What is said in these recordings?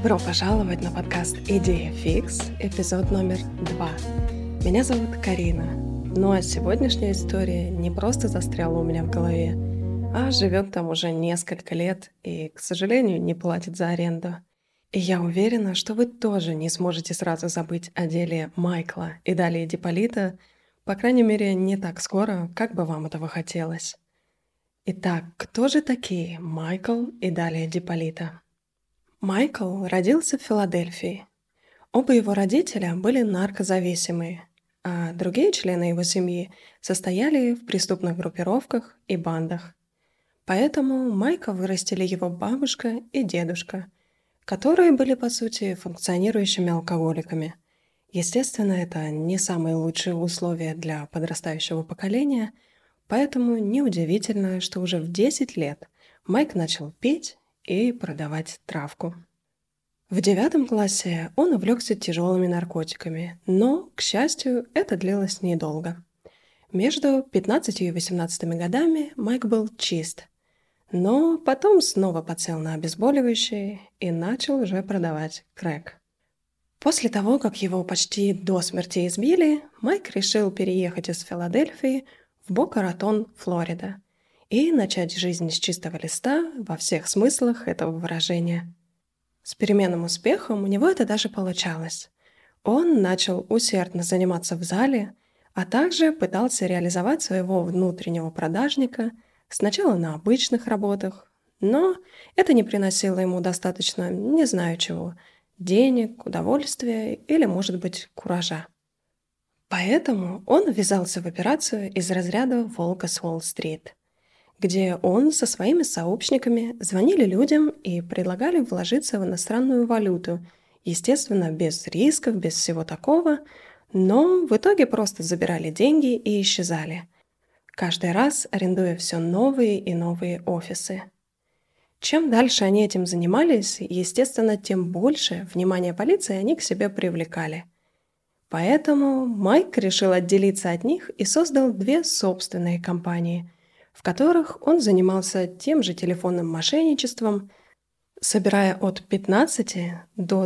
Добро пожаловать на подкаст «Идея фикс», эпизод номер 2. Меня зовут Карина, ну а сегодняшняя история не просто застряла у меня в голове, а живет там уже несколько лет и, к сожалению, не платит за аренду. И я уверена, что вы тоже не сможете сразу забыть о деле Майкла и далее Диполита, по крайней мере, не так скоро, как бы вам этого хотелось. Итак, кто же такие Майкл и далее Диполита? Майкл родился в Филадельфии. Оба его родителя были наркозависимые, а другие члены его семьи состояли в преступных группировках и бандах. Поэтому Майка вырастили его бабушка и дедушка, которые были, по сути, функционирующими алкоголиками. Естественно, это не самые лучшие условия для подрастающего поколения, поэтому неудивительно, что уже в 10 лет Майк начал пить и продавать травку. В 9 классе он увлекся тяжелыми наркотиками, но, к счастью, это длилось недолго. Между 15 и 18 годами Майк был чист, но потом снова подсел на обезболивающие и начал уже продавать крэк. После того, как его почти до смерти избили, Майк решил переехать из Филадельфии в Бока-Ратон, Флорида, и начать жизнь с чистого листа во всех смыслах этого выражения. С переменным успехом у него это даже получалось. Он начал усердно заниматься в зале, а также пытался реализовать своего внутреннего продажника сначала на обычных работах, но это не приносило ему достаточно, не знаю чего, денег, удовольствия или, может быть, куража. Поэтому он ввязался в операцию из разряда «Волка с Уолл-стрит», где он со своими сообщниками звонили людям и предлагали вложиться в иностранную валюту, естественно, без рисков, без всего такого, но в итоге просто забирали деньги и исчезали, каждый раз арендуя все новые и новые офисы. Чем дальше они этим занимались, естественно, тем больше внимания полиции они к себе привлекали. Поэтому Майк решил отделиться от них и создал 2 собственные компании, в которых он занимался тем же телефонным мошенничеством, собирая от 15 до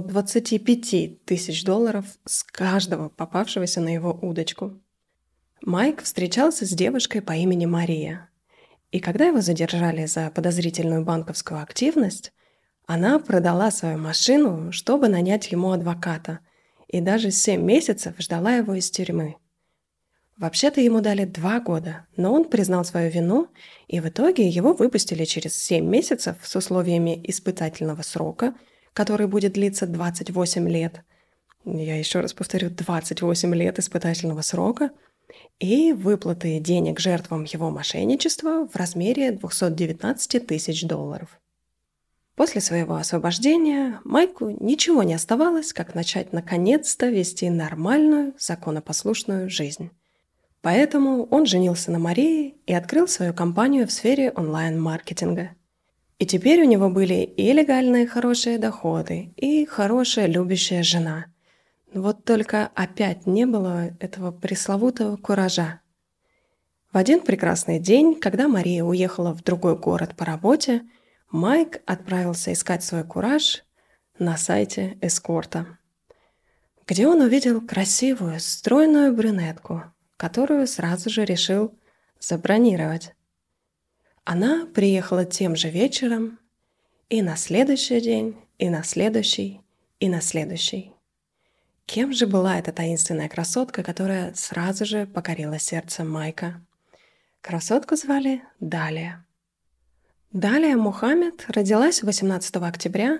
25 тысяч долларов с каждого попавшегося на его удочку. Майк встречался с девушкой по имени Мария, и когда его задержали за подозрительную банковскую активность, она продала свою машину, чтобы нанять ему адвоката, и даже 7 месяцев ждала его из тюрьмы. Вообще-то ему дали 2 года, но он признал свою вину, и в итоге его выпустили через 7 месяцев с условиями испытательного срока, который будет длиться 28 лет. Я еще раз повторю, 28 лет испытательного срока и выплаты денег жертвам его мошенничества в размере 219 тысяч долларов. После своего освобождения Майку ничего не оставалось, как начать наконец-то вести нормальную, законопослушную жизнь. Поэтому он женился на Марии и открыл свою компанию в сфере онлайн-маркетинга. И теперь у него были и легальные хорошие доходы, и хорошая любящая жена. Вот только опять не было этого пресловутого куража. В один прекрасный день, когда Мария уехала в другой город по работе, Майк отправился искать свой кураж на сайте эскорта, где он увидел красивую, стройную брюнетку, которую сразу же решил забронировать. Она приехала тем же вечером, и на следующий день, и на следующий, и на следующий. Кем же была эта таинственная красотка, которая сразу же покорила сердце Майка? Красотку звали Далия. Далия Мухаммед родилась 18 октября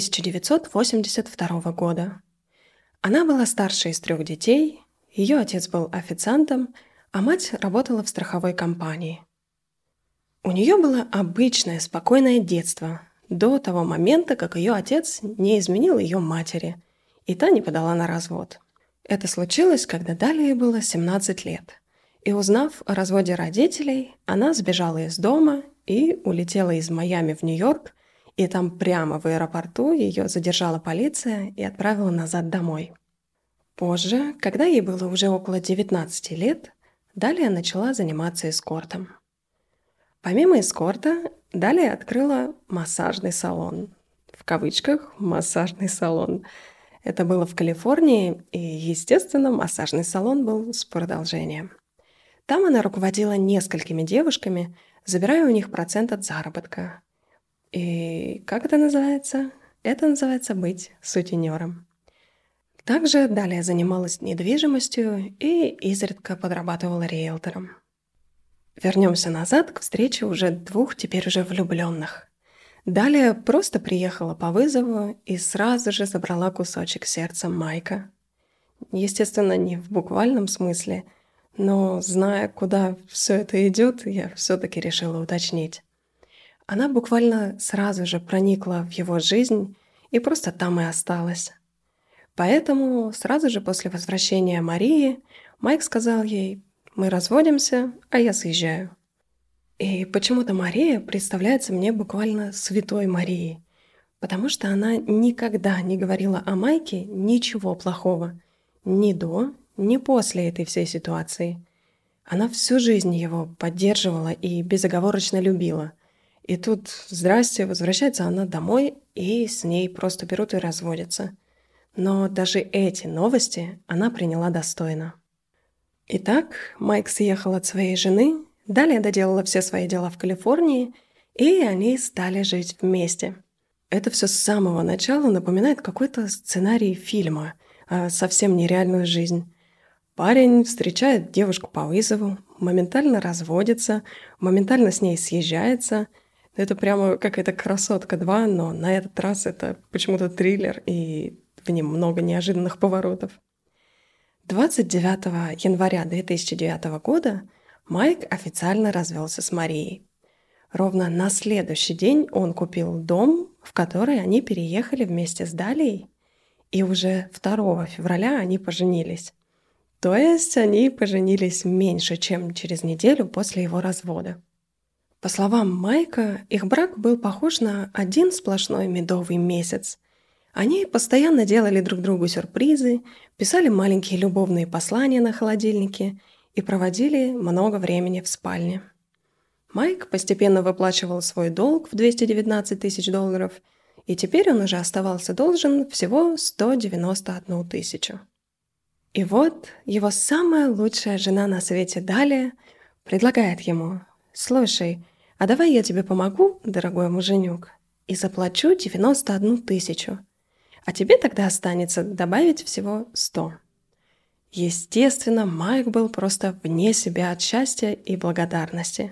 1982 года. Она была старшей из 3 детей, ее отец был официантом, а мать работала в страховой компании. У нее было обычное спокойное детство до того момента, как ее отец не изменил ее матери, и та не подала на развод. Это случилось, когда Далии было 17 лет, и узнав о разводе родителей, она сбежала из дома и улетела из Майами в Нью-Йорк, и там прямо в аэропорту ее задержала полиция и отправила назад домой. Позже, когда ей было уже около 19 лет, Далия начала заниматься эскортом. Помимо эскорта, Далия открыла массажный салон, в кавычках массажный салон. Это было в Калифорнии, и, естественно, массажный салон был с продолжением. Там она руководила несколькими девушками, забирая у них процент от заработка. И как это называется? Это называется быть сутенером. Также далее занималась недвижимостью и изредка подрабатывала риэлтором. Вернемся назад к встрече уже двух теперь уже влюбленных. Далее просто приехала по вызову и сразу же забрала кусочек сердца Майка. Естественно, не в буквальном смысле, но зная, куда все это идет, я все-таки решила уточнить. Она буквально сразу же проникла в его жизнь и просто там и осталась. Поэтому сразу же после возвращения Марии Майк сказал ей: «Мы разводимся, а я съезжаю». И почему-то Мария представляется мне буквально святой Марией, потому что она никогда не говорила о Майке ничего плохого, ни до, ни после этой всей ситуации. Она всю жизнь его поддерживала и безоговорочно любила. И тут, здрасте, возвращается она домой, и с ней просто берут и разводятся. Но даже эти новости она приняла достойно. Итак, Майк съехал от своей жены, далее доделала все свои дела в Калифорнии, и они стали жить вместе. Это все с самого начала напоминает какой-то сценарий фильма, совсем нереальную жизнь. Парень встречает девушку по вызову, моментально разводится, моментально с ней съезжается. Это прямо какая-то «Красотка 2», но на этот раз это почему-то триллер, и в нем много неожиданных поворотов. 29 января 2009 года Майк официально развелся с Марией. Ровно на следующий день он купил дом, в который они переехали вместе с Далией, и уже 2 февраля они поженились. То есть они поженились меньше, чем через неделю после его развода. По словам Майка, их брак был похож на один сплошной медовый месяц. Они постоянно делали друг другу сюрпризы, писали маленькие любовные послания на холодильнике и проводили много времени в спальне. Майк постепенно выплачивал свой долг в $219 тысяч, и теперь он уже оставался должен всего 191 тысячу. И вот его самая лучшая жена на свете Далия предлагает ему: «Слушай, а давай я тебе помогу, дорогой муженек, и заплачу 91 тысячу. А тебе тогда останется добавить всего 100». Естественно, Майк был просто вне себя от счастья и благодарности.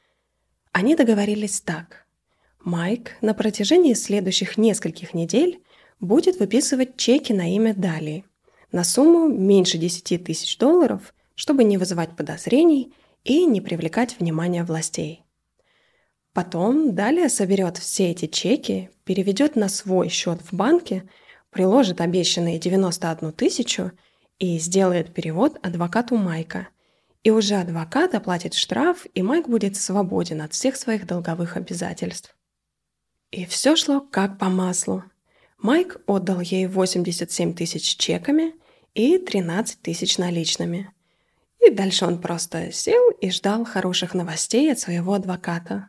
Они договорились так. Майк на протяжении следующих нескольких недель будет выписывать чеки на имя Далии на сумму меньше $10 тысяч, чтобы не вызывать подозрений и не привлекать внимания властей. Потом Далия соберет все эти чеки, переведет на свой счет в банке, приложит обещанные 91 тысячу и сделает перевод адвокату Майка. И уже адвокат оплатит штраф, и Майк будет свободен от всех своих долговых обязательств. И все шло как по маслу. Майк отдал ей 87 тысяч чеками и 13 тысяч наличными. И дальше он просто сел и ждал хороших новостей от своего адвоката.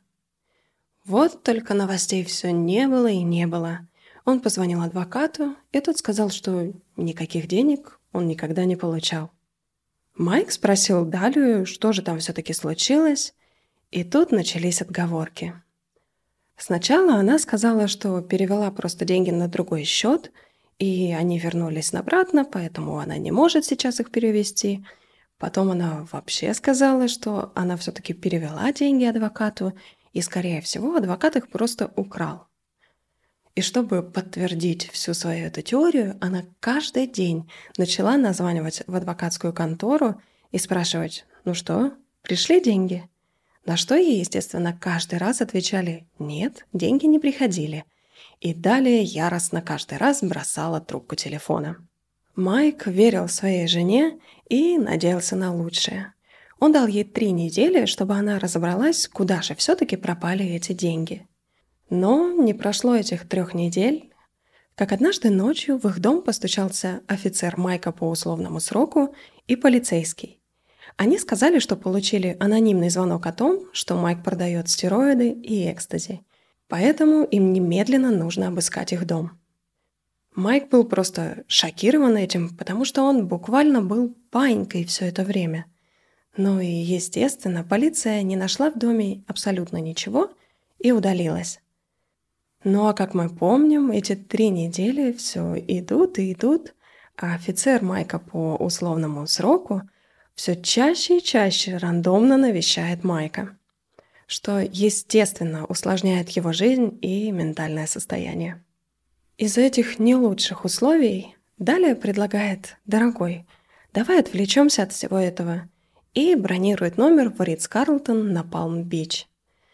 Вот только новостей все не было и не было. Он позвонил адвокату, и тот сказал, что никаких денег он никогда не получал. Майк спросил Далию, что же там все-таки случилось, и тут начались отговорки. Сначала она сказала, что перевела просто деньги на другой счет, и они вернулись обратно, поэтому она не может сейчас их перевести. Потом она вообще сказала, что она все-таки перевела деньги адвокату, и, скорее всего, адвокат их просто украл. И чтобы подтвердить всю свою эту теорию, она каждый день начала названивать в адвокатскую контору и спрашивать: «Ну что, пришли деньги?» На что ей, естественно, каждый раз отвечали: «Нет, деньги не приходили». И далее яростно каждый раз бросала трубку телефона. Майк верил своей жене и надеялся на лучшее. Он дал ей 3 недели, чтобы она разобралась, куда же все-таки пропали эти деньги. Но не прошло этих 3 недель, как однажды ночью в их дом постучался офицер Майка по условному сроку и полицейский. Они сказали, что получили анонимный звонок о том, что Майк продает стероиды и экстази. Поэтому им немедленно нужно обыскать их дом. Майк был просто шокирован этим, потому что он буквально был паинькой все это время. Ну и, естественно, полиция не нашла в доме абсолютно ничего и удалилась. Ну а как мы помним, эти 3 недели все идут и идут, а офицер Майка по условному сроку все чаще и чаще рандомно навещает Майка, что, естественно, усложняет его жизнь и ментальное состояние. Из этих не лучших условий Далия предлагает: «Дорогой, давай отвлечемся от всего этого», и бронирует номер в Ридс-Карлтон на Палм-Бич.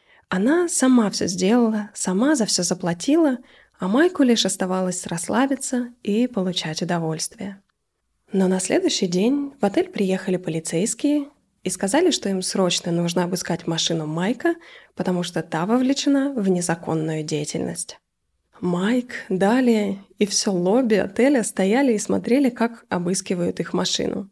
Она сама все сделала, сама за все заплатила, а Майку лишь оставалось расслабиться и получать удовольствие. Но на следующий день в отель приехали полицейские и сказали, что им срочно нужно обыскать машину Майка, потому что та вовлечена в незаконную деятельность. Майк, Далия и все лобби отеля стояли и смотрели, как обыскивают их машину.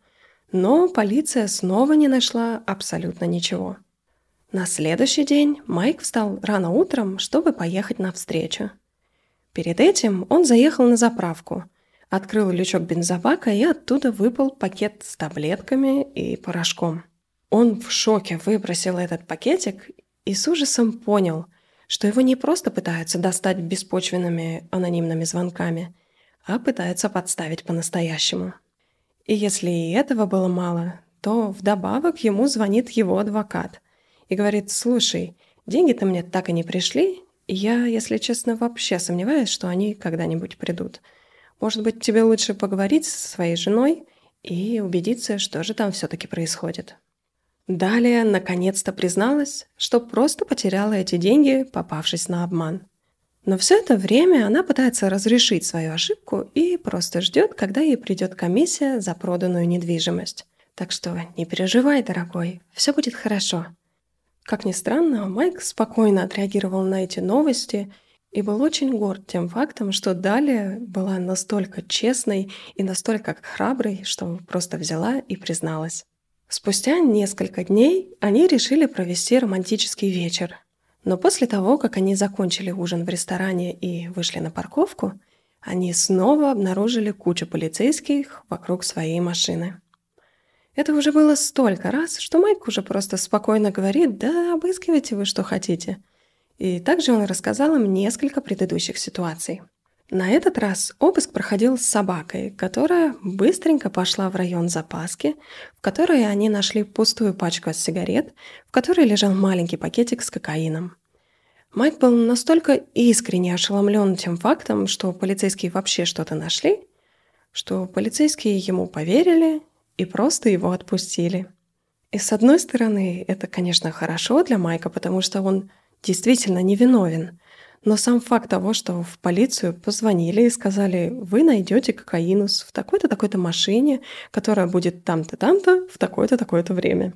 Но полиция снова не нашла абсолютно ничего. На следующий день Майк встал рано утром, чтобы поехать навстречу. Перед этим он заехал на заправку, открыл лючок бензобака, и оттуда выпал пакет с таблетками и порошком. Он в шоке выбросил этот пакетик и с ужасом понял, что его не просто пытаются достать беспочвенными анонимными звонками, а пытаются подставить по-настоящему. И если и этого было мало, то вдобавок ему звонит его адвокат и говорит: «Слушай, деньги-то мне так и не пришли, и я, если честно, вообще сомневаюсь, что они когда-нибудь придут. Может быть, тебе лучше поговорить со своей женой и убедиться, что же там все-таки происходит». Далее наконец-то призналась, что просто потеряла эти деньги, попавшись на обман. Но все это время она пытается разрешить свою ошибку и просто ждет, когда ей придет комиссия за проданную недвижимость. Так что не переживай, дорогой, все будет хорошо. Как ни странно, Майк спокойно отреагировал на эти новости и был очень горд тем фактом, что Далия была настолько честной и настолько храброй, что просто взяла и призналась. Спустя несколько дней они решили провести романтический вечер. Но после того, как они закончили ужин в ресторане и вышли на парковку, они снова обнаружили кучу полицейских вокруг своей машины. Это уже было столько раз, что Майк уже просто спокойно говорит: «Да обыскивайте вы что хотите». И также он рассказал им несколько предыдущих ситуаций. На этот раз обыск проходил с собакой, которая быстренько пошла в район запаски, в которой они нашли пустую пачку сигарет, в которой лежал маленький пакетик с кокаином. Майк был настолько искренне ошеломлен тем фактом, что полицейские вообще что-то нашли, что полицейские ему поверили и просто его отпустили. И с одной стороны, это, конечно, хорошо для Майка, потому что он действительно невиновен. Но сам факт того, что в полицию позвонили и сказали: «Вы найдете кокаинус в такой-то, такой-то машине, которая будет там-то, там-то, в такое-то, такое-то время».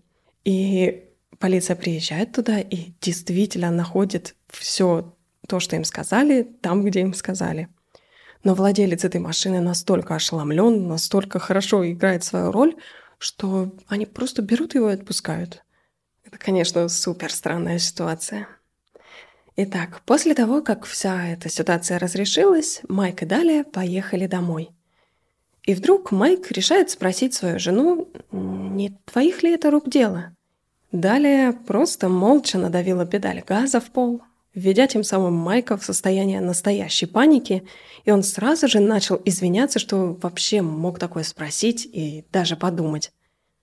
И полиция приезжает туда и действительно находит все то, что им сказали, там, где им сказали. Но владелец этой машины настолько ошеломлен, настолько хорошо играет свою роль, что они просто берут его и отпускают. Это, конечно, супер странная ситуация. Итак, после того, как вся эта ситуация разрешилась, Майк и Далия поехали домой. И вдруг Майк решает спросить свою жену, не твоих ли это рук дело. Далия просто молча надавила педаль газа в пол, введя тем самым Майка в состояние настоящей паники, и он сразу же начал извиняться, что вообще мог такое спросить и даже подумать.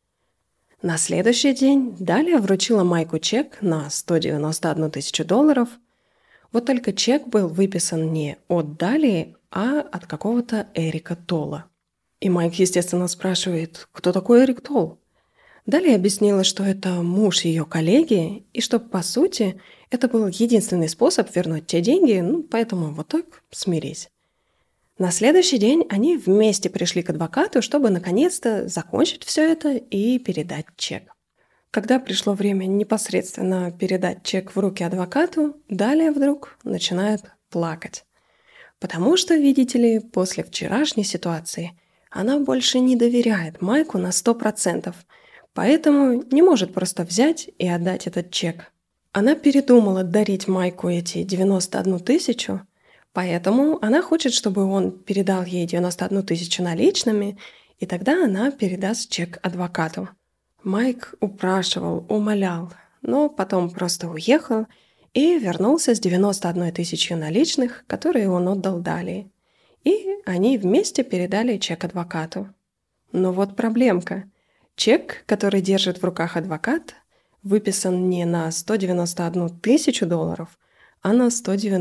На следующий день Далия вручила Майку чек на $191 000. Вот только чек был выписан не от Далии, а от какого-то Эрика Толла. И Майк, естественно, спрашивает: «Кто такой Эрик Толл?» Далее объяснила, что это муж ее коллеги, и что, по сути, это был единственный способ вернуть те деньги, поэтому вот так смирись. На следующий день они вместе пришли к адвокату, чтобы наконец-то закончить все это и передать чек. Когда пришло время непосредственно передать чек в руки адвокату, Далия вдруг начинает плакать. Потому что, видите ли, после вчерашней ситуации она больше не доверяет Майку на 100%, поэтому не может просто взять и отдать этот чек. Она передумала дарить Майку эти 91 тысячу, поэтому она хочет, чтобы он передал ей 91 тысячу наличными, и тогда она передаст чек адвокату. Майк упрашивал, умолял, но потом просто уехал и вернулся с 91 тысячей наличных, которые он отдал Далии. И они вместе передали чек адвокату. Но вот проблемка. Чек, который держит в руках адвокат, выписан не на 191 тысячу долларов, а на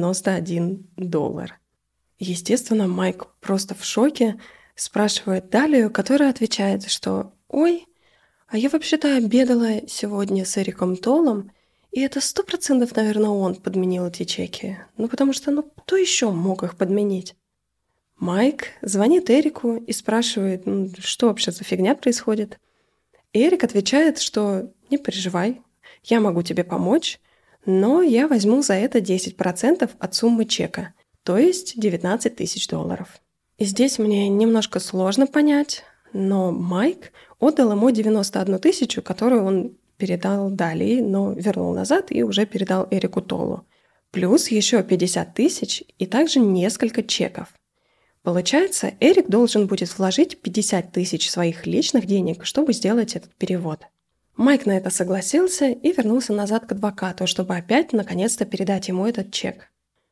191 доллар. Естественно, Майк просто в шоке, спрашивает Далию, которая отвечает, что «Ой, а я вообще-то обедала сегодня с Эриком Толлом, и это 100%, наверное, он подменил эти чеки. Ну, потому что, кто еще мог их подменить?» Майк звонит Эрику и спрашивает, что вообще за фигня происходит. Эрик отвечает, что не переживай, я могу тебе помочь, но я возьму за это 10% от суммы чека, то есть 19 тысяч долларов. И здесь мне немножко сложно понять, но Майк отдал ему 91 тысячу, которую он передал Далии, но вернул назад и уже передал Эрику Толлу. Плюс еще 50 тысяч и также несколько чеков. Получается, Эрик должен будет вложить 50 тысяч своих личных денег, чтобы сделать этот перевод. Майк на это согласился и вернулся назад к адвокату, чтобы опять наконец-то передать ему этот чек.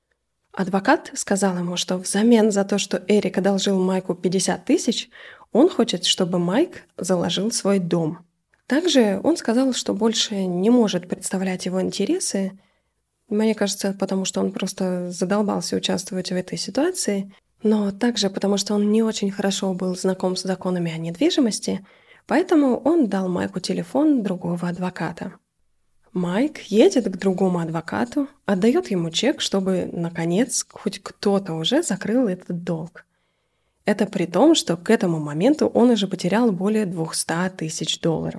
Адвокат сказал ему, что взамен за то, что Эрик одолжил Майку 50 тысяч, он хочет, чтобы Майк заложил свой дом. Также он сказал, что больше не может представлять его интересы, мне кажется, потому что он просто задолбался участвовать в этой ситуации, но также потому, что он не очень хорошо был знаком с законами о недвижимости, поэтому он дал Майку телефон другого адвоката. Майк едет к другому адвокату, отдает ему чек, чтобы, наконец, хоть кто-то уже закрыл этот долг. Это при том, что к этому моменту он уже потерял более 200 тысяч долларов.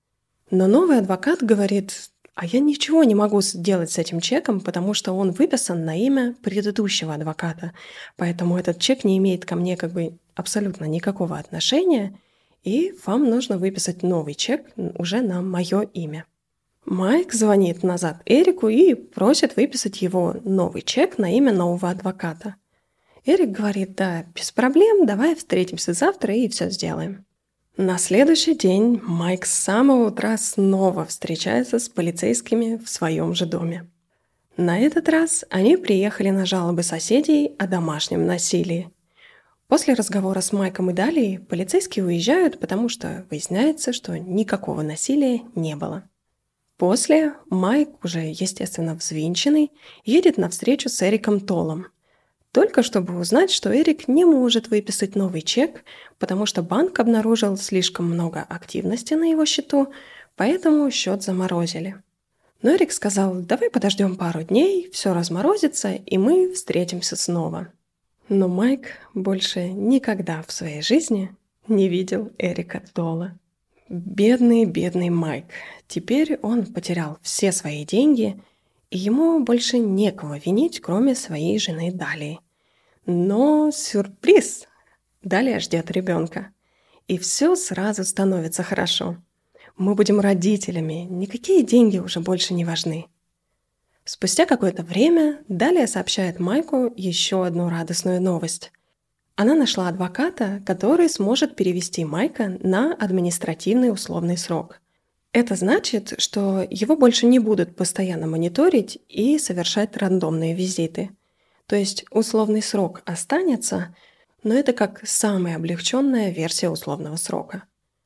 Но новый адвокат говорит: «А я ничего не могу сделать с этим чеком, потому что он выписан на имя предыдущего адвоката, поэтому этот чек не имеет ко мне абсолютно никакого отношения, и вам нужно выписать новый чек уже на мое имя». Майк звонит назад Эрику и просит выписать его новый чек на имя нового адвоката. Эрик говорит: «Да, без проблем, давай встретимся завтра и все сделаем». На следующий день Майк с самого утра снова встречается с полицейскими в своем же доме. На этот раз они приехали на жалобы соседей о домашнем насилии. После разговора с Майком и Далией полицейские уезжают, потому что выясняется, что никакого насилия не было. После Майк, уже, естественно, взвинченный, едет на встречу с Эриком Толлом, только чтобы узнать, что Эрик не может выписать новый чек, потому что банк обнаружил слишком много активности на его счету, поэтому счет заморозили. Но Эрик сказал: «Давай подождем пару дней, все разморозится, и мы встретимся снова». Но Майк больше никогда в своей жизни не видел Эрика Толла. Бедный, бедный Майк. Теперь он потерял все свои деньги, и ему больше некого винить, кроме своей жены Далии. Но сюрприз! Далия ждет ребенка. И все сразу становится хорошо. Мы будем родителями, никакие деньги уже больше не важны. Спустя какое-то время Далия сообщает Майку еще одну радостную новость. Она нашла адвоката, который сможет перевести Майка на административный условный срок. Это значит, что его больше не будут постоянно мониторить и совершать рандомные визиты. То есть условный срок останется, но это как самая облегченная версия условного срока.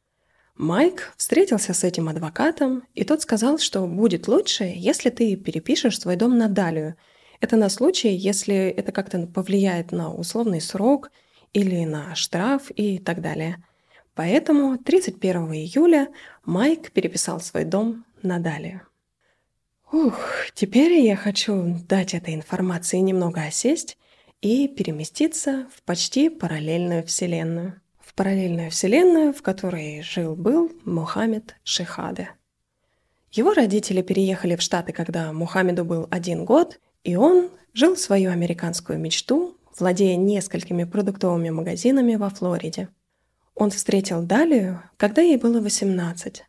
Майк встретился с этим адвокатом, и тот сказал, что будет лучше, если ты перепишешь свой дом на Далию. Это на случай, если это как-то повлияет на условный срок или на штраф и так далее. Поэтому 31 июля Майк переписал свой дом на Далию. Теперь я хочу дать этой информации немного осесть и переместиться в почти параллельную вселенную. В параллельную вселенную, в которой жил-был Мухаммед Шехаде. Его родители переехали в Штаты, когда Мухаммеду был 1 год, и он жил свою американскую мечту, владея несколькими продуктовыми магазинами во Флориде. Он встретил Далию, когда ей было 18,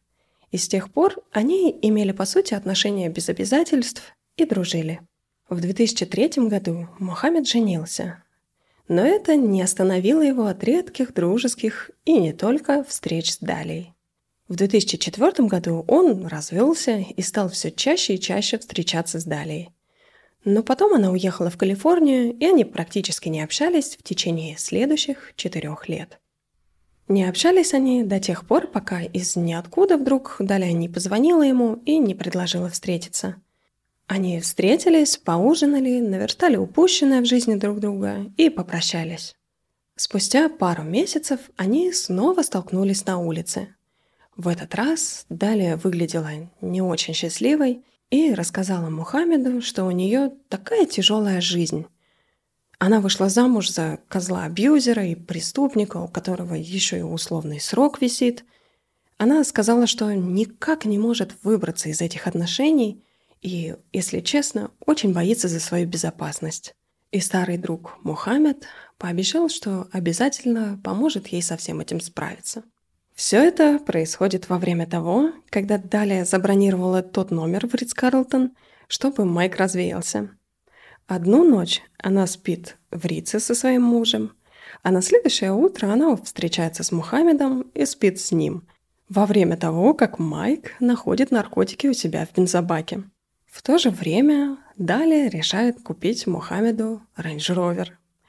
И с тех пор они имели, по сути, отношения без обязательств и дружили. В 2003 году Мохаммед женился, но это не остановило его от редких дружеских и не только встреч с Далией. В 2004 году он развелся и стал все чаще и чаще встречаться с Далией. Но потом она уехала в Калифорнию, и они практически не общались в течение следующих 4 лет. Не общались они до тех пор, пока из ниоткуда вдруг Далия не позвонила ему и не предложила встретиться. Они встретились, поужинали, наверстали упущенное в жизни друг друга и попрощались. Спустя пару месяцев они снова столкнулись на улице. В этот раз Далия выглядела не очень счастливой и рассказала Мухаммеду, что у нее такая тяжелая жизнь. Она вышла замуж за козла-абьюзера и преступника, у которого еще и условный срок висит. Она сказала, что никак не может выбраться из этих отношений и, если честно, очень боится за свою безопасность. И старый друг Мухаммед пообещал, что обязательно поможет ей со всем этим справиться. Все это происходит во время того, когда Далия забронировала тот номер в Ритц-Карлтон, чтобы Майк развеялся. Одну ночь она спит в Ритце со своим мужем, а на следующее утро она встречается с Мухаммедом и спит с ним, во время того, как Майк находит наркотики у себя в бензобаке. В то же время Далия решает купить Мухаммеду Range Rover.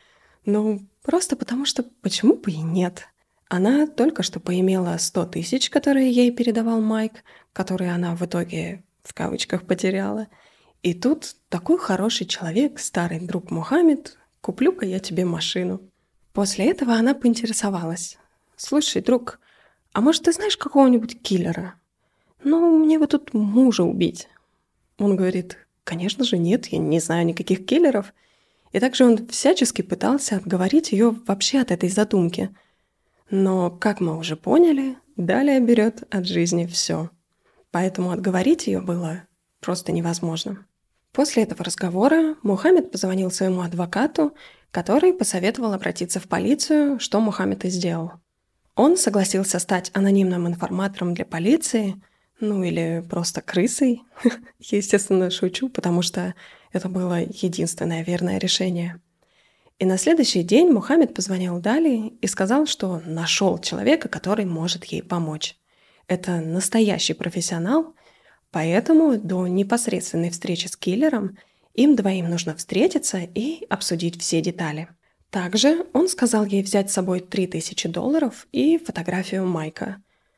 Просто потому что почему бы и нет? Она только что поимела 100 тысяч, которые ей передавал Майк, которые она в итоге в кавычках потеряла. И тут такой хороший человек, старый друг Мухаммед, куплю-ка я тебе машину. После этого она поинтересовалась. Слушай, друг, а может ты знаешь какого-нибудь киллера? Мне бы тут мужа убить. Он говорит, конечно же нет, я не знаю никаких киллеров. И также он всячески пытался отговорить ее вообще от этой задумки. Но, как мы уже поняли, Далия берет от жизни все. Поэтому отговорить ее было просто невозможно. После этого разговора Мухаммед позвонил своему адвокату, который посоветовал обратиться в полицию, что Мухаммед и сделал. Он согласился стать анонимным информатором для полиции, или просто крысой. Естественно, шучу, потому что это было единственное верное решение. И на следующий день Мухаммед позвонил Далии и сказал, что нашел человека, который может ей помочь. Это настоящий профессионал, поэтому до непосредственной встречи с киллером им двоим нужно встретиться и обсудить все детали. Также он сказал ей взять с собой $3000 и фотографию Майка,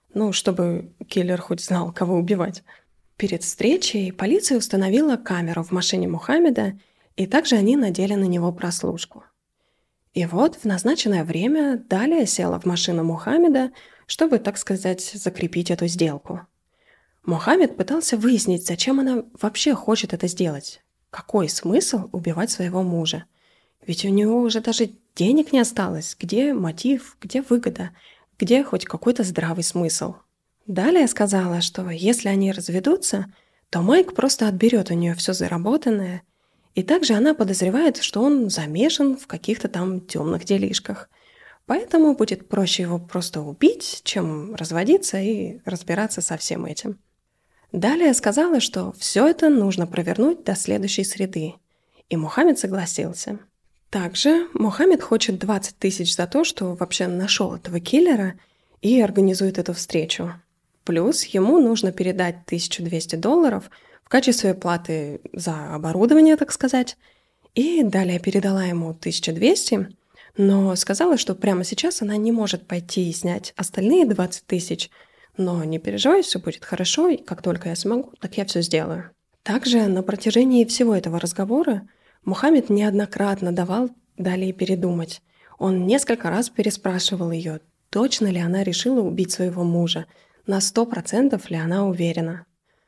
чтобы киллер хоть знал, кого убивать. Перед встречей полиция установила камеру в машине Мухаммеда, и также они надели на него прослушку. И вот в назначенное время Далия села в машину Мухаммеда, чтобы, так сказать, закрепить эту сделку. Мухаммед пытался выяснить, зачем она вообще хочет это сделать. Какой смысл убивать своего мужа? Ведь у него уже даже денег не осталось. Где мотив, где выгода, где хоть какой-то здравый смысл? Далия сказала, что если они разведутся, то Майк просто отберет у нее все заработанное. И также она подозревает, что он замешан в каких-то там темных делишках. Поэтому будет проще его просто убить, чем разводиться и разбираться со всем этим. Далия сказала, что все это нужно провернуть до следующей среды. И Мухаммед согласился. Также Мухаммед хочет 20 тысяч за то, что вообще нашел этого киллера и организует эту встречу. Плюс ему нужно передать $1200 в качестве платы за оборудование, так сказать. И Далия передала ему 1200, но сказала, что прямо сейчас она не может пойти и снять остальные 20 тысяч. Но не переживай, все будет хорошо, и как только я смогу, так я все сделаю. Также на протяжении всего этого разговора Мухаммед неоднократно давал Далии передумать. Он несколько раз переспрашивал ее, точно ли она решила убить своего мужа, на 100% ли она уверена.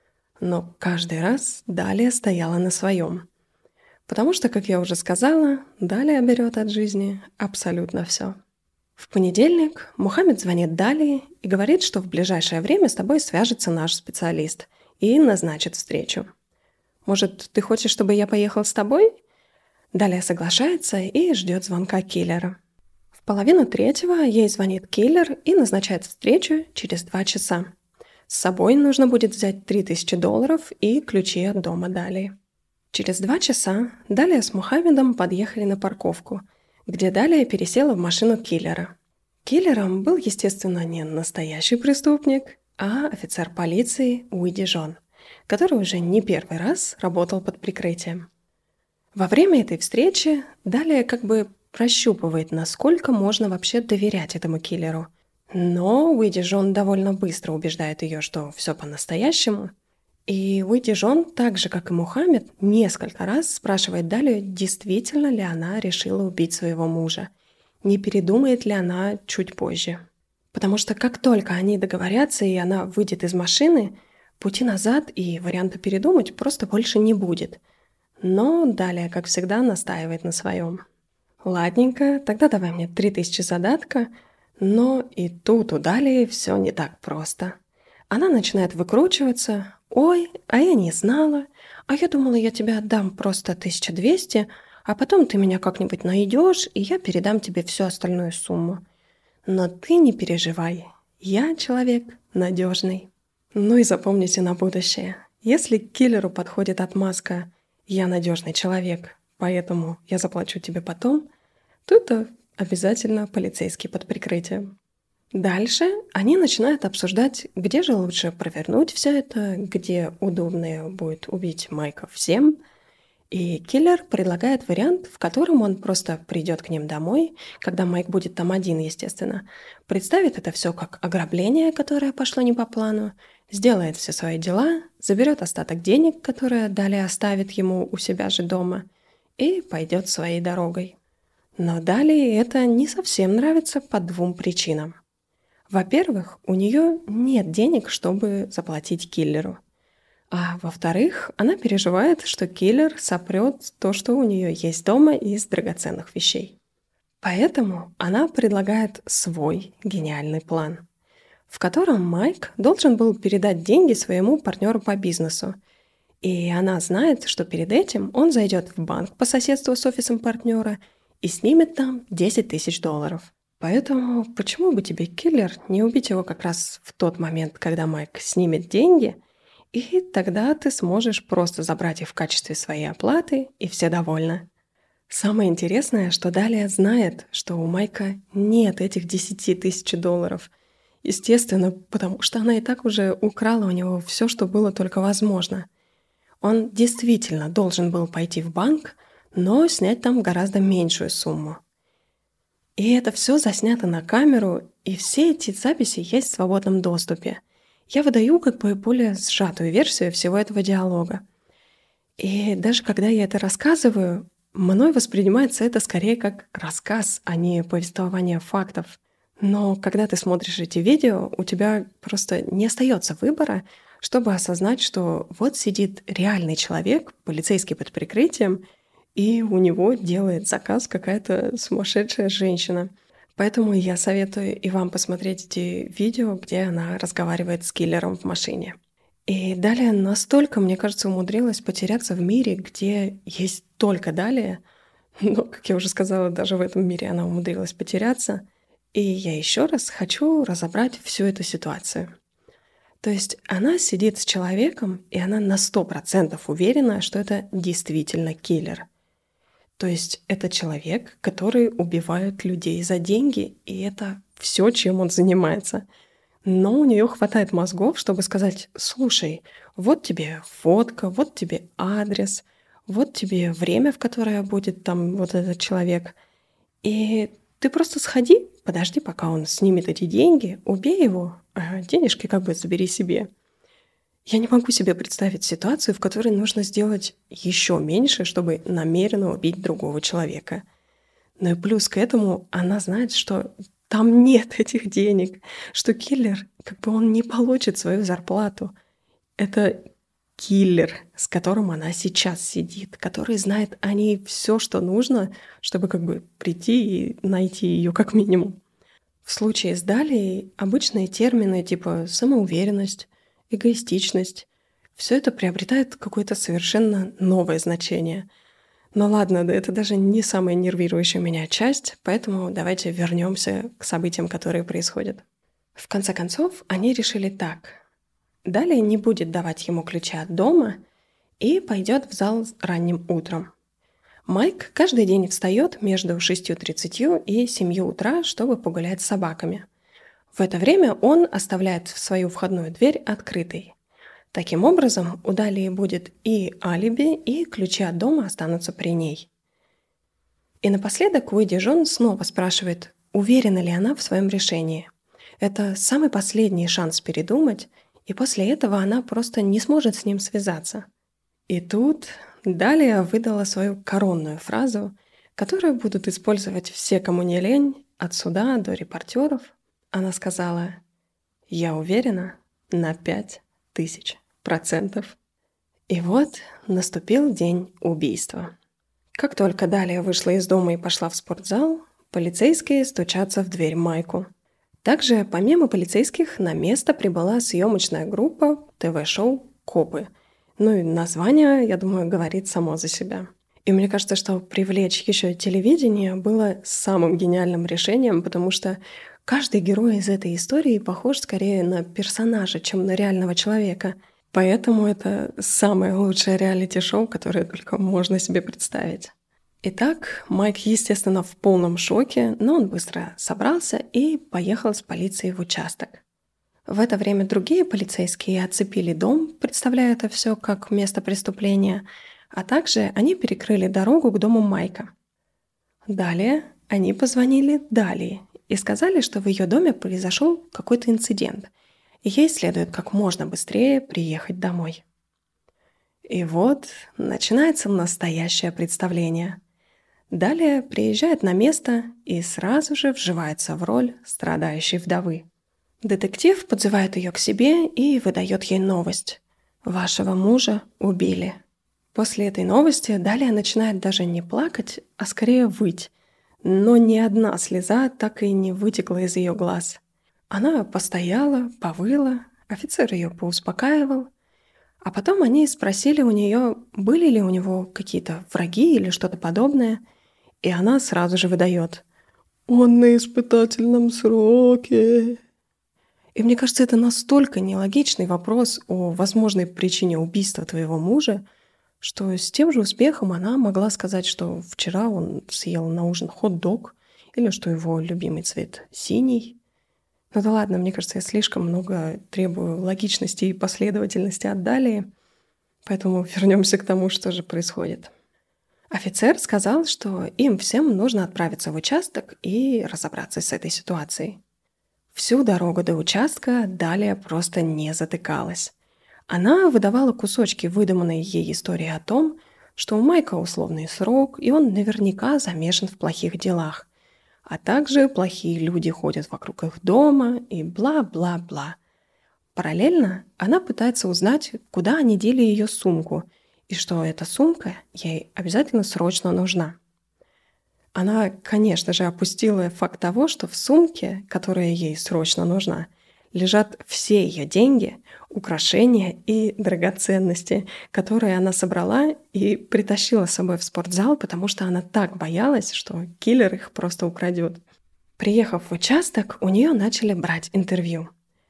Но каждый раз Далия стояла на своем. Потому что, как я уже сказала, Далия берет от жизни абсолютно все. В понедельник Мухаммед звонит Далии и говорит, что в ближайшее время с тобой свяжется наш специалист и назначит встречу. «Может, ты хочешь, чтобы я поехал с тобой?» Далия соглашается и ждет звонка киллера. В 2:30 ей звонит киллер и назначает встречу через 2 часа. С собой нужно будет взять $3000 и ключи от дома Далии. Через 2 часа Далия с Мухаммедом подъехали на парковку, где Далия пересела в машину киллера. Киллером был, естественно, не настоящий преступник, а офицер полиции Уиди Джон, который уже не первый раз работал под прикрытием. Во время этой встречи Далия как бы прощупывает, насколько можно вообще доверять этому киллеру. Но Уиди Джон довольно быстро убеждает ее, что все по-настоящему. И Уиди Джон, так же как и Мухаммед, несколько раз спрашивает Далию, действительно ли она решила убить своего мужа, не передумает ли она чуть позже. Потому что как только они договорятся и она выйдет из машины, пути назад и варианта передумать просто больше не будет. Но Далия, как всегда, настаивает на своем. Ладненько, тогда давай мне 3000 задатка. Но и тут у Далии все не так просто. Она начинает выкручиваться. «Ой, а я не знала. А я думала, я тебе отдам просто 1200, а потом ты меня как-нибудь найдешь, и я передам тебе всю остальную сумму. Но ты не переживай, я человек надежный». Ну и запомните на будущее. Если к киллеру подходит отмазка «я надежный человек, поэтому я заплачу тебе потом», то это обязательно полицейский под прикрытием. Дальше они начинают обсуждать, где же лучше провернуть все это, где удобнее будет убить Майка всем. И киллер предлагает вариант, в котором он просто придет к ним домой, когда Майк будет там один, естественно, представит это все как ограбление, которое пошло не по плану, сделает все свои дела, заберет остаток денег, которые далее оставит ему у себя же дома, и пойдет своей дорогой. Но далее это не совсем нравится по 2 причинам. Во-первых, у нее нет денег, чтобы заплатить киллеру. А во-вторых, она переживает, что киллер сопрет то, что у нее есть дома из драгоценных вещей. Поэтому она предлагает свой гениальный план, в котором Майк должен был передать деньги своему партнеру по бизнесу. И она знает, что перед этим он зайдет в банк по соседству с офисом партнера и снимет там $10 000. Поэтому почему бы тебе, киллер, не убить его как раз в тот момент, когда Майк снимет деньги, и тогда ты сможешь просто забрать их в качестве своей оплаты, и все довольны. Самое интересное, что Далия знает, что у Майка нет этих $10 000. Естественно, потому что она и так уже украла у него все, что было только возможно. Он действительно должен был пойти в банк, но снять там гораздо меньшую сумму. И это все заснято на камеру, и все эти записи есть в свободном доступе. Я выдаю как бы более сжатую версию всего этого диалога. И даже когда я это рассказываю, мной воспринимается это скорее как рассказ, а не повествование фактов. Но когда ты смотришь эти видео, у тебя просто не остается выбора, чтобы осознать, что вот сидит реальный человек, полицейский под прикрытием, и у него делает заказ какая-то сумасшедшая женщина. Поэтому я советую и вам посмотреть эти видео, где она разговаривает с киллером в машине. И Далия настолько, мне кажется, умудрилась потеряться в мире, где есть только Далия. Но, как я уже сказала, даже в этом мире она умудрилась потеряться. И я еще раз хочу разобрать всю эту ситуацию. То есть она сидит с человеком, и она на 100% уверена, что это действительно киллер. То есть это человек, который убивает людей за деньги, и это все, чем он занимается. Но у нее хватает мозгов, чтобы сказать: слушай, вот тебе фотка, вот тебе адрес, вот тебе время, в которое будет там вот этот человек. И ты просто сходи, подожди, пока он снимет эти деньги, убей его, а денежки как бы забери себе. Я не могу себе представить ситуацию, в которой нужно сделать еще меньше, чтобы намеренно убить другого человека. Ну и плюс к этому она знает, что там нет этих денег, что киллер, как бы он не получит свою зарплату. Это киллер, с которым она сейчас сидит, который знает о ней все, что нужно, чтобы как бы прийти и найти ее как минимум. В случае с Далией обычные термины типа самоуверенность, эгоистичность, все это приобретает какое-то совершенно новое значение. Но ладно, да это даже не самая нервирующая меня часть, поэтому давайте вернемся к событиям, которые происходят. В конце концов, они решили так. Далее не будет давать ему ключи от дома и пойдет в зал ранним утром. Майк каждый день встает между 6:30 и 7 утра, чтобы погулять с собаками. В это время он оставляет свою входную дверь открытой. Таким образом, у Далии будет и алиби, и ключи от дома останутся при ней. И напоследок Уиди Джон снова спрашивает, уверена ли она в своем решении. Это самый последний шанс передумать, и после этого она просто не сможет с ним связаться. И тут Далия выдала свою коронную фразу, которую будут использовать все, кому не лень, от суда до репортеров. Она сказала: «Я уверена на 5000%». И вот наступил день убийства. Как только Далия вышла из дома и пошла в спортзал, полицейские стучатся в дверь Майку. Также, помимо полицейских, на место прибыла съемочная группа ТВ-шоу «Копы». Ну и название, я думаю, говорит само за себя. И мне кажется, что привлечь еще телевидение было самым гениальным решением, потому что каждый герой из этой истории похож скорее на персонажа, чем на реального человека. Поэтому это самое лучшее реалити-шоу, которое только можно себе представить. Итак, Майк, естественно, в полном шоке, но он быстро собрался и поехал с полицией в участок. В это время другие полицейские оцепили дом, представляя это все как место преступления, а также они перекрыли дорогу к дому Майка. Далее они позвонили Далии и сказали, что в ее доме произошел какой-то инцидент, и ей следует как можно быстрее приехать домой. И вот начинается настоящее представление. Далее приезжает на место и сразу же вживается в роль страдающей вдовы. Детектив подзывает ее к себе и выдает ей новость. «Вашего мужа убили». После этой новости Далия начинает даже не плакать, а скорее выть. Но ни одна слеза так и не вытекла из ее глаз. Она постояла, повыла, офицер ее поуспокаивал, а потом они спросили у нее, были ли у него какие-то враги или что-то подобное, и она сразу же выдает: «Он на испытательном сроке». И мне кажется, это настолько нелогичный вопрос о возможной причине убийства твоего мужа, что с тем же успехом она могла сказать, что вчера он съел на ужин хот-дог или что его любимый цвет синий. Ну да ладно, мне кажется, я слишком много требую логичности и последовательности от Далии, поэтому вернемся к тому, что же происходит. Офицер сказал, что им всем нужно отправиться в участок и разобраться с этой ситуацией. Всю дорогу до участка Далия просто не затыкалась. Она выдавала кусочки выдуманной ей истории о том, что у Майка условный срок, и он наверняка замешан в плохих делах, а также плохие люди ходят вокруг их дома и бла-бла-бла. Параллельно она пытается узнать, куда они дели ее сумку, и что эта сумка ей обязательно срочно нужна. Она, конечно же, опустила факт того, что в сумке, которая ей срочно нужна, лежат все ее деньги, украшения и драгоценности, которые она собрала и притащила с собой в спортзал, потому что она так боялась, что киллер их просто украдет. Приехав в участок, у нее начали брать интервью.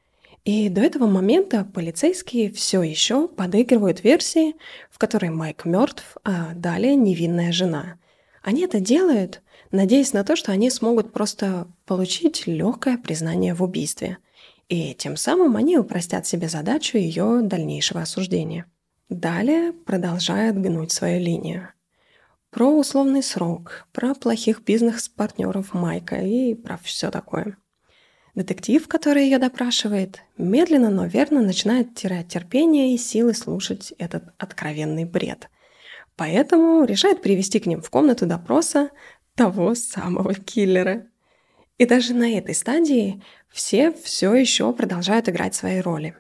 И до этого момента полицейские все еще подыгрывают версии, в которой Майк мертв, а далее невинная жена. Они это делают, надеясь на то, что они смогут просто получить легкое признание в убийстве. И тем самым они упростят себе задачу ее дальнейшего осуждения. Далее продолжает гнуть свою линию. Про условный срок, про плохих бизнес-партнеров Майка и про все такое. Детектив, который ее допрашивает, медленно, но верно начинает терять терпение и силы слушать этот откровенный бред. Поэтому решает привести к ним в комнату допроса того самого киллера. И даже на этой стадии все еще продолжают играть свои роли.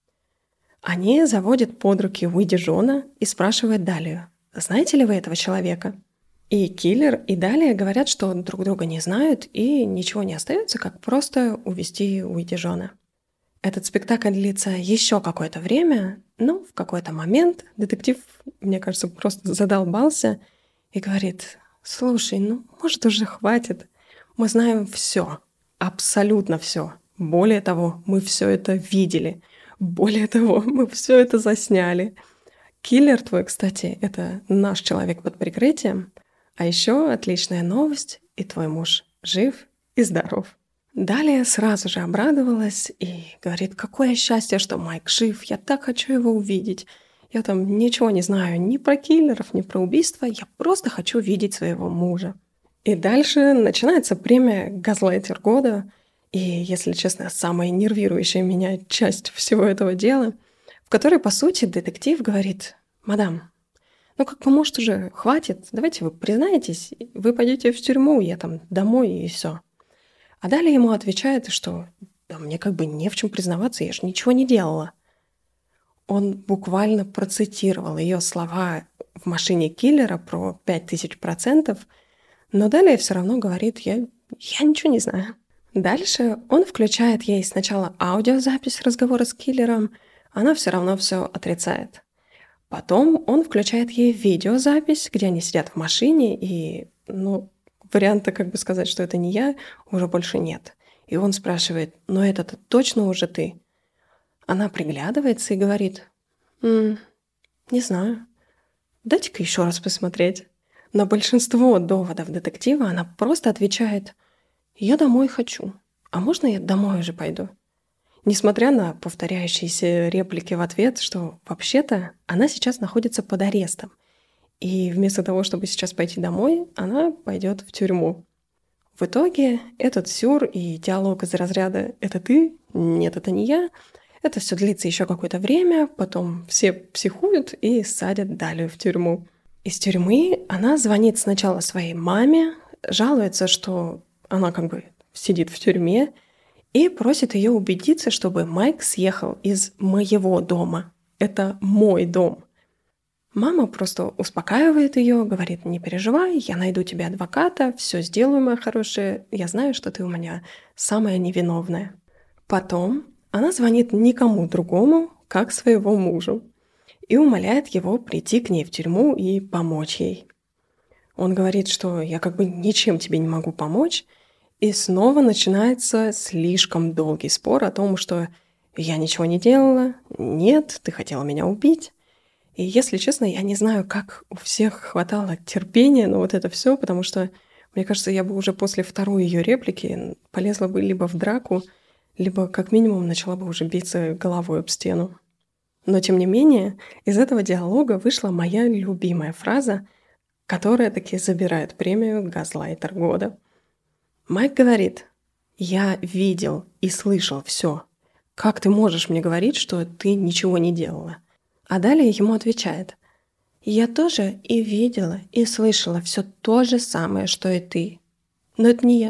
Они заводят под руки Уиди Джона и спрашивают Далию: «Знаете ли вы этого человека?» И киллер, и Далия говорят, что друг друга не знают, и ничего не остается, как просто увести Уиди Джона. Этот спектакль длится еще какое-то время, но в какой-то момент детектив, мне кажется, просто задолбался и говорит: «Слушай, может, уже хватит? Мы знаем все, абсолютно все. Более того, мы все это видели. Более того, мы все это засняли. Киллер твой, кстати, это наш человек под прикрытием. А еще отличная новость, и твой муж жив и здоров. Далее сразу же обрадовалась и говорит, какое счастье, что Майк жив, я так хочу его увидеть. Я там ничего не знаю ни про киллеров, ни про убийства, я просто хочу видеть своего мужа. И дальше начинается премия «Газлайтер года», и, если честно, самая нервирующая меня часть всего этого дела, в которой, по сути, детектив говорит, «Мадам, ну как бы, может, уже хватит, давайте вы признаетесь, вы пойдете в тюрьму, я там домой и все». А далее ему отвечает, что «Да мне как бы не в чем признаваться, я же ничего не делала». Он буквально процитировал ее слова в машине киллера про 5000%, но далее все равно говорит «Я ничего не знаю». Дальше он включает ей сначала аудиозапись разговора с киллером, она все равно все отрицает. Потом он включает ей видеозапись, где они сидят в машине, и, варианта как бы сказать, что это не я, уже больше нет. И он спрашивает, но это-то точно уже ты? Она приглядывается и говорит, не знаю, дайте-ка еще раз посмотреть. На большинство доводов детектива она просто отвечает, я домой хочу, а можно я домой уже пойду? Несмотря на повторяющиеся реплики в ответ, что вообще-то она сейчас находится под арестом, и вместо того, чтобы сейчас пойти домой, она пойдет в тюрьму. В итоге этот сюр и диалог из разряда «это ты?», «нет, это не я», это все длится еще какое-то время, потом все психуют и садят Далию в тюрьму. Из тюрьмы она звонит сначала своей маме, жалуется, что она как бы сидит в тюрьме, и просит ее убедиться, чтобы Майк съехал из моего дома. Это мой дом. Мама просто успокаивает ее, говорит, не переживай, я найду тебе адвоката, все сделаю, моя хорошая, я знаю, что ты у меня самая невиновная. Потом она звонит никому другому, как своего мужу, и умоляет его прийти к ней в тюрьму и помочь ей. Он говорит, что я как бы ничем тебе не могу помочь, и снова начинается слишком долгий спор о том, что я ничего не делала, нет, ты хотела меня убить. И, если честно, я не знаю, как у всех хватало терпения на вот это все, потому что, мне кажется, я бы уже после второй ее реплики полезла бы либо в драку, либо как минимум начала бы уже биться головой об стену. Но, тем не менее, из этого диалога вышла моя любимая фраза, которая таки забирает премию «Газлайтер года». Майк говорит, я видел и слышал все. Как ты можешь мне говорить, что ты ничего не делала? А далее ему отвечает, я тоже и видела, и слышала все то же самое, что и ты. Но это не я.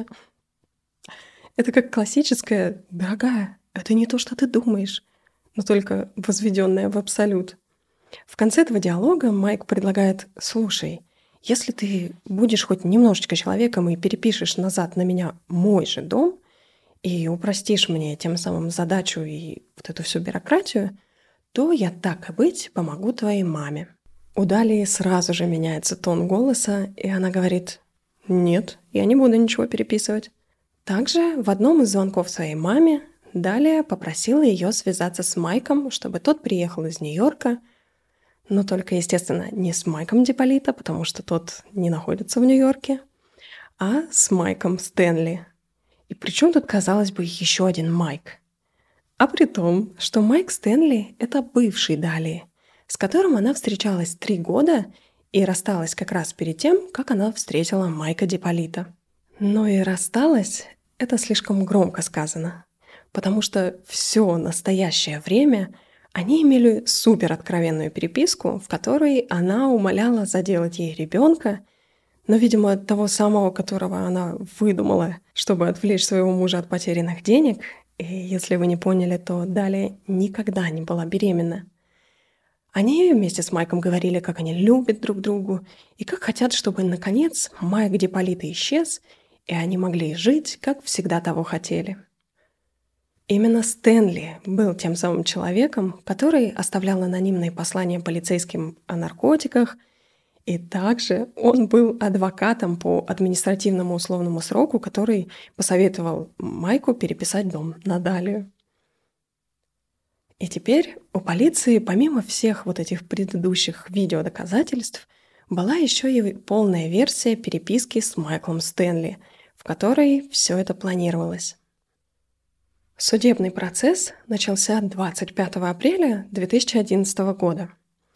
Это как классическое «дорогая, это не то, что ты думаешь», но только возведенное в абсолют. В конце этого диалога Майк предлагает «слушай, если ты будешь хоть немножечко человеком и перепишешь назад на меня мой же дом и упростишь мне тем самым задачу и вот эту всю бюрократию, то я так и быть помогу твоей маме». У Далии сразу же меняется тон голоса, и она говорит «нет, я не буду ничего переписывать». Также в одном из звонков своей маме Далия попросила ее связаться с Майком, чтобы тот приехал из Нью-Йорка, но только, естественно, не с Майком Диполито, потому что тот не находится в Нью-Йорке, а с Майком Стэнли. И причем тут, казалось бы, еще один Майк. А при том, что Майк Стэнли – это бывший Далии, с которым она встречалась 3 года и рассталась как раз перед тем, как она встретила Майка Диполито. Но и рассталась – это слишком громко сказано, потому что все настоящее время – они имели супер откровенную переписку, в которой она умоляла заделать ей ребенка, но, видимо, того самого, которого она выдумала, чтобы отвлечь своего мужа от потерянных денег. И если вы не поняли, то Далия никогда не была беременна. Они вместе с Майком говорили, как они любят друг друга и как хотят, чтобы, наконец, Майк Диполито исчез, и они могли жить, как всегда того хотели. Именно Стэнли был тем самым человеком, который оставлял анонимные послания полицейским о наркотиках, и также он был адвокатом по административному условному сроку, который посоветовал Майку переписать дом на Далию. И теперь у полиции, помимо всех вот этих предыдущих видеодоказательств, была еще и полная версия переписки с Майклом Стэнли, в которой все это планировалось. Судебный процесс начался 25 апреля 2011 года.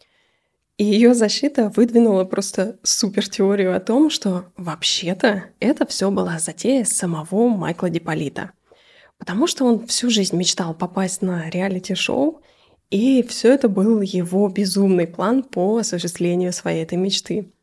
И ее защита выдвинула просто супертеорию о том, что вообще-то это все была затея самого Майкла Диполито. Потому что он всю жизнь мечтал попасть на реалити-шоу, и все это был его безумный план по осуществлению своей этой мечты.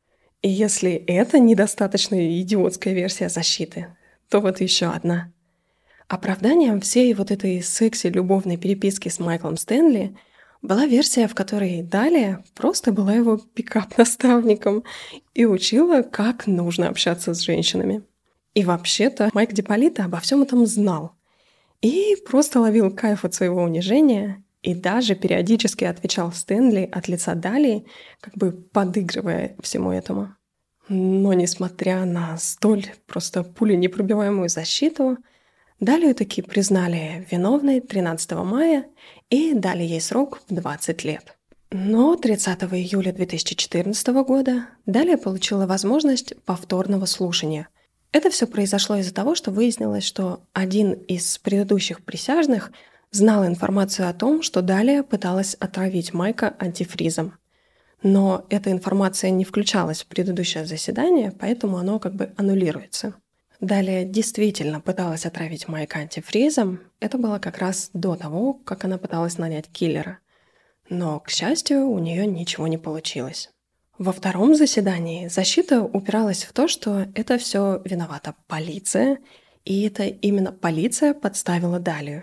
И если это недостаточно идиотская версия защиты, то вот еще одна. Оправданием всей вот этой секси-любовной переписки с Майклом Стэнли была версия, в которой Далия просто была его пикап-наставником и учила, как нужно общаться с женщинами. И вообще-то Майк Диполито обо всем этом знал и просто ловил кайф от своего унижения и даже периодически отвечал Стэнли от лица Далии, как бы подыгрывая всему этому. Но несмотря на столь просто пуленепробиваемую защиту, Далию таки признали виновной 13 мая и дали ей срок в 20 лет. Но 30 июля 2014 года Далия получила возможность повторного слушания. Это все произошло из-за того, что выяснилось, что один из предыдущих присяжных знал информацию о том, что Далия пыталась отравить Майка антифризом. Но эта информация не включалась в предыдущее заседание, поэтому оно как бы аннулируется. Далия действительно пыталась отравить Майка антифризом. Это было как раз до того, как она пыталась нанять киллера. Но, к счастью, у нее ничего не получилось. Во втором заседании защита упиралась в то, что это все виновата полиция, и это именно полиция подставила Далию.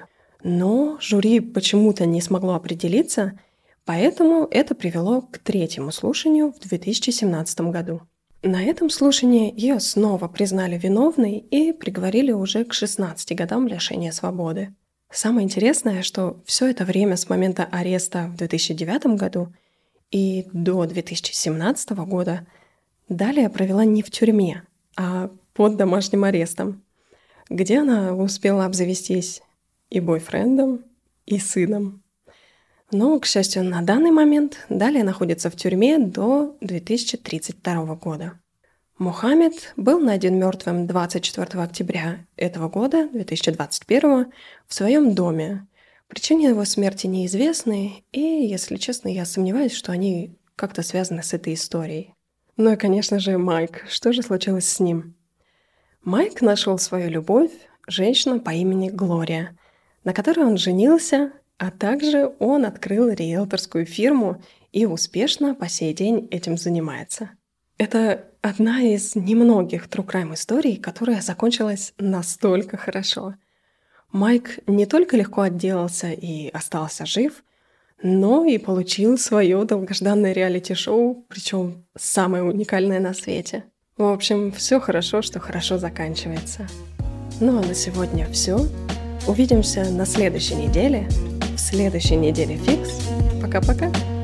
Но жюри почему-то не смогло определиться, поэтому это привело к третьему слушанию в 2017 году. На этом слушании ее снова признали виновной и приговорили уже к 16 годам лишения свободы. Самое интересное, что все это время с момента ареста в 2009 году и до 2017 года Далия провела не в тюрьме, а под домашним арестом, где она успела обзавестись и бойфрендом, и сыном. Но, к счастью, на данный момент Далия находится в тюрьме до 2032 года. Мухаммед был найден мертвым 24 октября этого года, 2021, в своем доме. Причины его смерти неизвестны, и, если честно, я сомневаюсь, что они как-то связаны с этой историей. Ну и, конечно же, Майк. Что же случилось с ним? Майк нашел свою любовь, женщину по имени Глория, на которой он женился, а также он открыл риэлторскую фирму и успешно по сей день этим занимается. Это одна из немногих true crime историй, которая закончилась настолько хорошо. Майк не только легко отделался и остался жив, но и получил свое долгожданное реалити-шоу, причем самое уникальное на свете. В общем, все хорошо, что хорошо заканчивается. Ну а на сегодня все. Увидимся на следующей неделе. В следующей неделе фикс. Пока-пока.